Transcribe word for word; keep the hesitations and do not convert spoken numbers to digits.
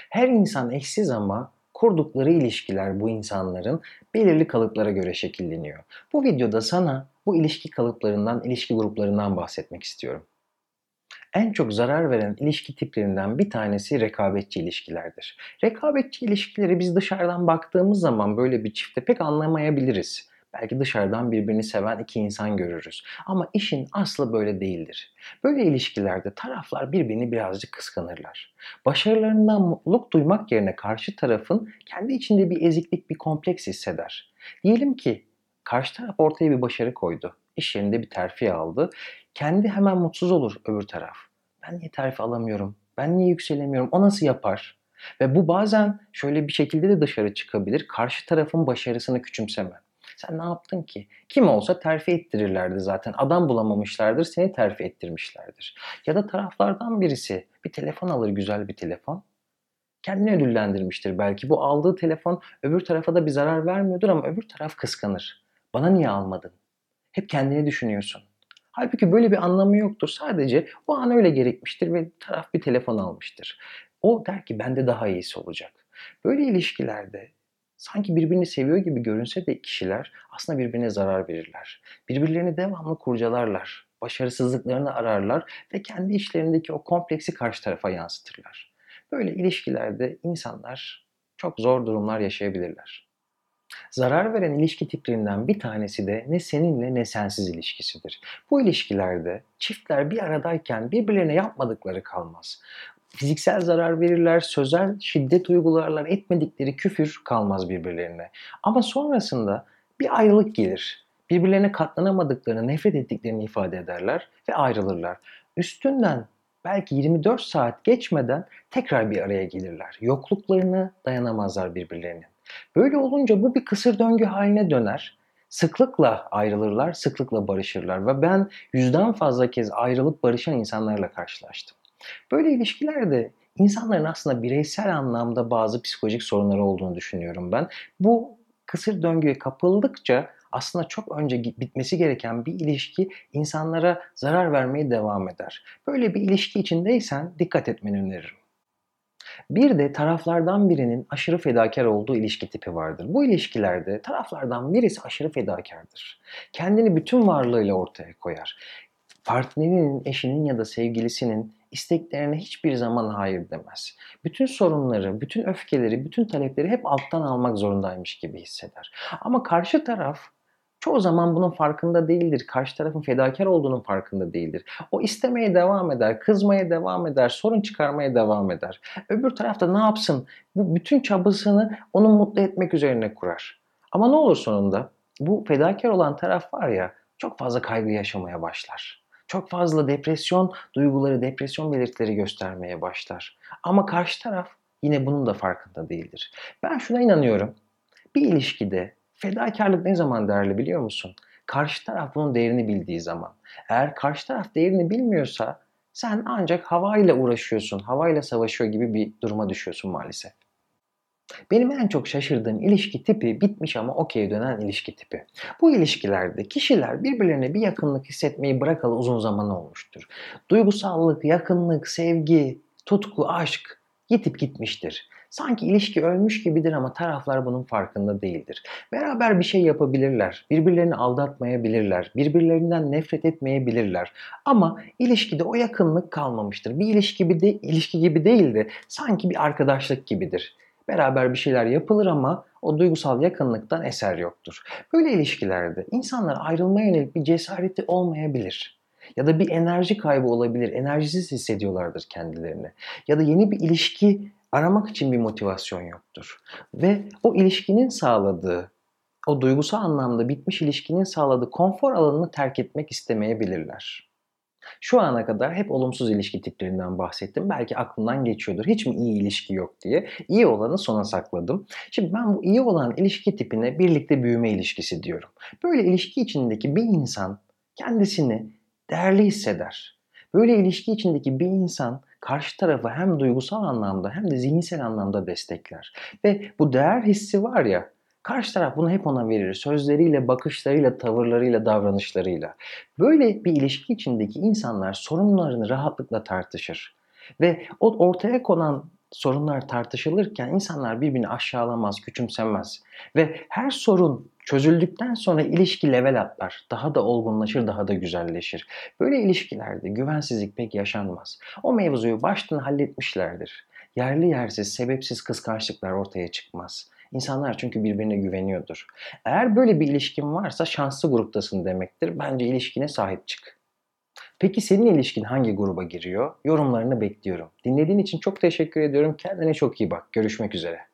Her insan eşsiz ama kurdukları ilişkiler bu insanların belirli kalıplara göre şekilleniyor. Bu videoda sana bu ilişki kalıplarından, ilişki gruplarından bahsetmek istiyorum. En çok zarar veren ilişki tiplerinden bir tanesi rekabetçi ilişkilerdir. Rekabetçi ilişkileri biz dışarıdan baktığımız zaman böyle bir çifte pek anlamayabiliriz. Belki dışarıdan birbirini seven iki insan görürüz. Ama işin aslı böyle değildir. Böyle ilişkilerde taraflar birbirini birazcık kıskanırlar. Başarılarından mutluluk duymak yerine karşı tarafın kendi içinde bir eziklik, bir kompleks hisseder. Diyelim ki karşı taraf ortaya bir başarı koydu. İş yerinde bir terfi aldı. Kendi hemen mutsuz olur öbür taraf. Ben niye terfi alamıyorum? Ben niye yükselemiyorum? O nasıl yapar? Ve bu bazen şöyle bir şekilde de dışarı çıkabilir. Karşı tarafın başarısını küçümseme. Sen ne yaptın ki? Kim olsa terfi ettirirlerdi zaten. Adam bulamamışlardır, seni terfi ettirmişlerdir. Ya da taraflardan birisi bir telefon alır, güzel bir telefon. Kendini ödüllendirmiştir belki. Bu aldığı telefon öbür tarafa da bir zarar vermiyordur ama öbür taraf kıskanır. Bana niye almadın? Hep kendini düşünüyorsun. Halbuki böyle bir anlamı yoktur. Sadece o an öyle gerekmiştir ve taraf bir telefon almıştır. O der ki bende daha iyisi olacak. Böyle ilişkilerde sanki birbirini seviyor gibi görünse de kişiler aslında birbirine zarar verirler. Birbirlerini devamlı kurcalarlar. Başarısızlıklarını ararlar ve kendi işlerindeki o kompleksi karşı tarafa yansıtırlar. Böyle ilişkilerde insanlar çok zor durumlar yaşayabilirler. Zarar veren ilişki tiplerinden bir tanesi de ne seninle ne sensiz ilişkisidir. Bu ilişkilerde çiftler bir aradayken birbirlerine yapmadıkları kalmaz. Fiziksel zarar verirler, sözel şiddet uygularlar, etmedikleri küfür kalmaz birbirlerine. Ama sonrasında bir ayrılık gelir. Birbirlerine katlanamadıklarını, nefret ettiklerini ifade ederler ve ayrılırlar. Üstünden belki yirmi dört saat geçmeden tekrar bir araya gelirler. Yokluklarını dayanamazlar birbirlerinin. Böyle olunca bu bir kısır döngü haline döner. Sıklıkla ayrılırlar, sıklıkla barışırlar ve ben yüzden fazla kez ayrılıp barışan insanlarla karşılaştım. Böyle ilişkilerde insanların aslında bireysel anlamda bazı psikolojik sorunları olduğunu düşünüyorum ben. Bu kısır döngüye kapıldıkça aslında çok önce bitmesi gereken bir ilişki insanlara zarar vermeye devam eder. Böyle bir ilişki içindeysen dikkat etmeni öneririm. Bir de taraflardan birinin aşırı fedakar olduğu ilişki tipi vardır. Bu ilişkilerde taraflardan birisi aşırı fedakardır. Kendini bütün varlığıyla ortaya koyar. Partnerinin, eşinin ya da sevgilisinin isteklerine hiçbir zaman hayır demez. Bütün sorunları, bütün öfkeleri, bütün talepleri hep alttan almak zorundaymış gibi hisseder. Ama karşı taraf çoğu zaman bunun farkında değildir. Karşı tarafın fedakar olduğunun farkında değildir. O istemeye devam eder, kızmaya devam eder, sorun çıkarmaya devam eder. Öbür tarafta ne yapsın? Bu bütün çabasını onu mutlu etmek üzerine kurar. Ama ne olur sonunda? Bu fedakar olan taraf var ya, çok fazla kaygı yaşamaya başlar. Çok fazla depresyon duyguları, depresyon belirtileri göstermeye başlar. Ama karşı taraf yine bunun da farkında değildir. Ben şuna inanıyorum. Bir ilişkide fedakarlık ne zaman değerli biliyor musun? Karşı taraf bunun değerini bildiği zaman. Eğer karşı taraf değerini bilmiyorsa sen ancak havayla uğraşıyorsun, havayla savaşıyor gibi bir duruma düşüyorsun maalesef. Benim en çok şaşırdığım ilişki tipi bitmiş ama okey dönen ilişki tipi. Bu ilişkilerde kişiler birbirlerine bir yakınlık hissetmeyi bırakalı uzun zaman olmuştur. Duygusallık, yakınlık, sevgi, tutku, aşk yitip gitmiştir. Sanki ilişki ölmüş gibidir ama taraflar bunun farkında değildir. Beraber bir şey yapabilirler, birbirlerini aldatmayabilirler, birbirlerinden nefret etmeyebilirler. Ama ilişkide o yakınlık kalmamıştır. Bir ilişki gibi, de, ilişki gibi değil de sanki bir arkadaşlık gibidir. Beraber bir şeyler yapılır ama o duygusal yakınlıktan eser yoktur. Böyle ilişkilerde insanlar ayrılmaya yönelik bir cesareti olmayabilir. Ya da bir enerji kaybı olabilir. Enerjisiz hissediyorlardır kendilerini. Ya da yeni bir ilişki aramak için bir motivasyon yoktur. Ve o ilişkinin sağladığı, o duygusal anlamda bitmiş ilişkinin sağladığı konfor alanını terk etmek istemeyebilirler. Şu ana kadar hep olumsuz ilişki tiplerinden bahsettim. Belki aklından geçiyordur. Hiç mi iyi ilişki yok diye. İyi olanı sona sakladım. Şimdi ben bu iyi olan ilişki tipine birlikte büyüme ilişkisi diyorum. Böyle ilişki içindeki bir insan kendisini değerli hisseder. Böyle ilişki içindeki bir insan karşı tarafı hem duygusal anlamda hem de zihinsel anlamda destekler. Ve bu değer hissi var ya, karşı taraf bunu hep ona verir. Sözleriyle, bakışlarıyla, tavırlarıyla, davranışlarıyla. Böyle bir ilişki içindeki insanlar sorunlarını rahatlıkla tartışır. Ve o ortaya konan sorunlar tartışılırken insanlar birbirini aşağılamaz, küçümsemez ve her sorun çözüldükten sonra ilişki level atlar. Daha da olgunlaşır, daha da güzelleşir. Böyle ilişkilerde güvensizlik pek yaşanmaz. O mevzuyu baştan halletmişlerdir. Yerli yersiz, sebepsiz kıskançlıklar ortaya çıkmaz. İnsanlar çünkü birbirine güveniyordur. Eğer böyle bir ilişkin varsa şanslı gruptasın demektir. Bence ilişkine sahip çık. Peki senin ilişkin hangi gruba giriyor? Yorumlarını bekliyorum. Dinlediğin için çok teşekkür ediyorum. Kendine çok iyi bak. Görüşmek üzere.